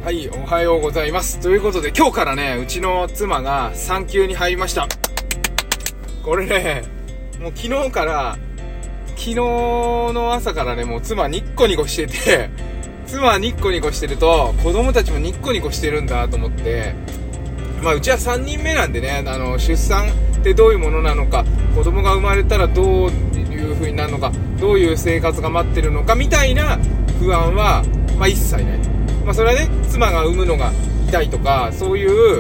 はい、おはようございます。ということで今日からね、うちの妻が産休に入りました。これね、もう昨日の朝からね、もう妻ニッコニコしてて、妻ニッコニコしてると子供たちもニッコニコしてるんだと思って、うちは3人目なんでね、出産ってどういうものなのか、子供が生まれたらどういう風になるのか、どういう生活が待ってるのかみたいな不安は、一切ない。それはね、妻が産むのが痛いとかそういう、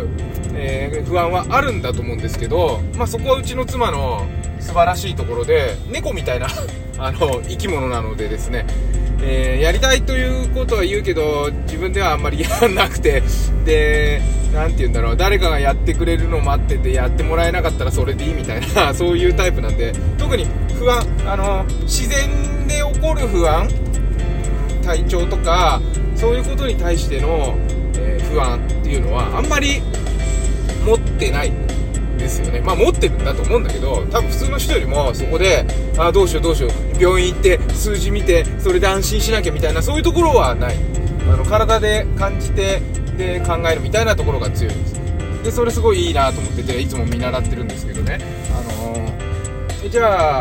不安はあるんだと思うんですけど、そこはうちの妻の素晴らしいところで、猫みたいな生き物なのでですね、やりたいということは言うけど自分ではあんまりやらなくて、で、なんて言うんだろう、誰かがやってくれるのを待ってて、やってもらえなかったらそれでいいみたいなそういうタイプなんで、特に不安、自然で起こる不安、体調とかそういうことに対しての、不安っていうのはあんまり持ってないですよね。持ってるんだと思うんだけど、多分普通の人よりもそこでどうしよう病院行って数字見てそれで安心しなきゃみたいな、そういうところはない。体で感じてで考えるみたいなところが強いです。でそれすごいいいなと思ってて、いつも見習ってるんですけどね。じゃあ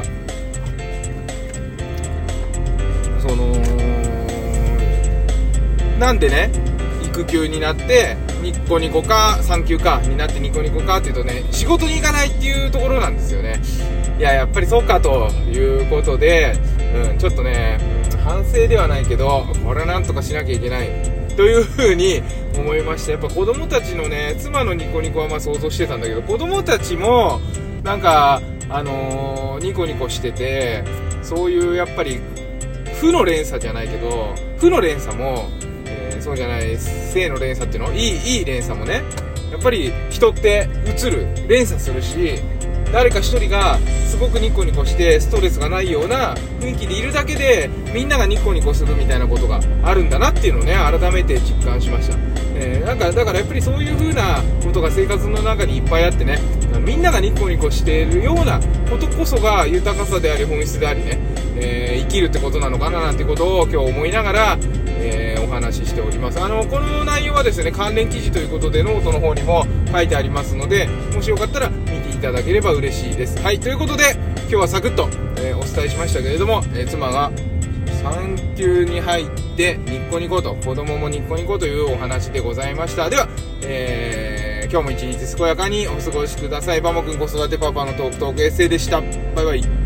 なんでね、育休になってニッコニコか産休かになってニコニコかっていうとね、仕事に行かないっていうところなんですよね。やっぱりそうかということで、ちょっとね、反省ではないけど、これはなんとかしなきゃいけないというふうに思いました。やっぱ子供たちのね、妻のニコニコは想像してたんだけど、子供たちもなんかニコニコしてて、そういうやっぱり負の連鎖じゃないけど、負の連鎖も、そうじゃない正の連鎖っていうの、いい連鎖もね、やっぱり人って移る、連鎖するし、誰か一人がすごくニコニコしてストレスがないような雰囲気でいるだけで、みんながニコニコするみたいなことがあるんだなっていうのをね、改めて実感しました。だからやっぱりそういう風なことが生活の中にいっぱいあってね、みんながニコニコしているようなことこそが豊かさであり本質でありね、生きるってことなのかななんてことを今日思いながら、お話ししております。この内容はですね、関連記事ということでノートの方にも書いてありますので、もしよかったら見ていただければ嬉しいです。はい、ということで今日はサクッと、お伝えしましたけれども、妻が産休に入ってニッコニコと、子供もニッコニコというお話でございました。では、今日も一日健やかにお過ごしください。バモくん子育てパパのトークエッセイでした。バイバイ。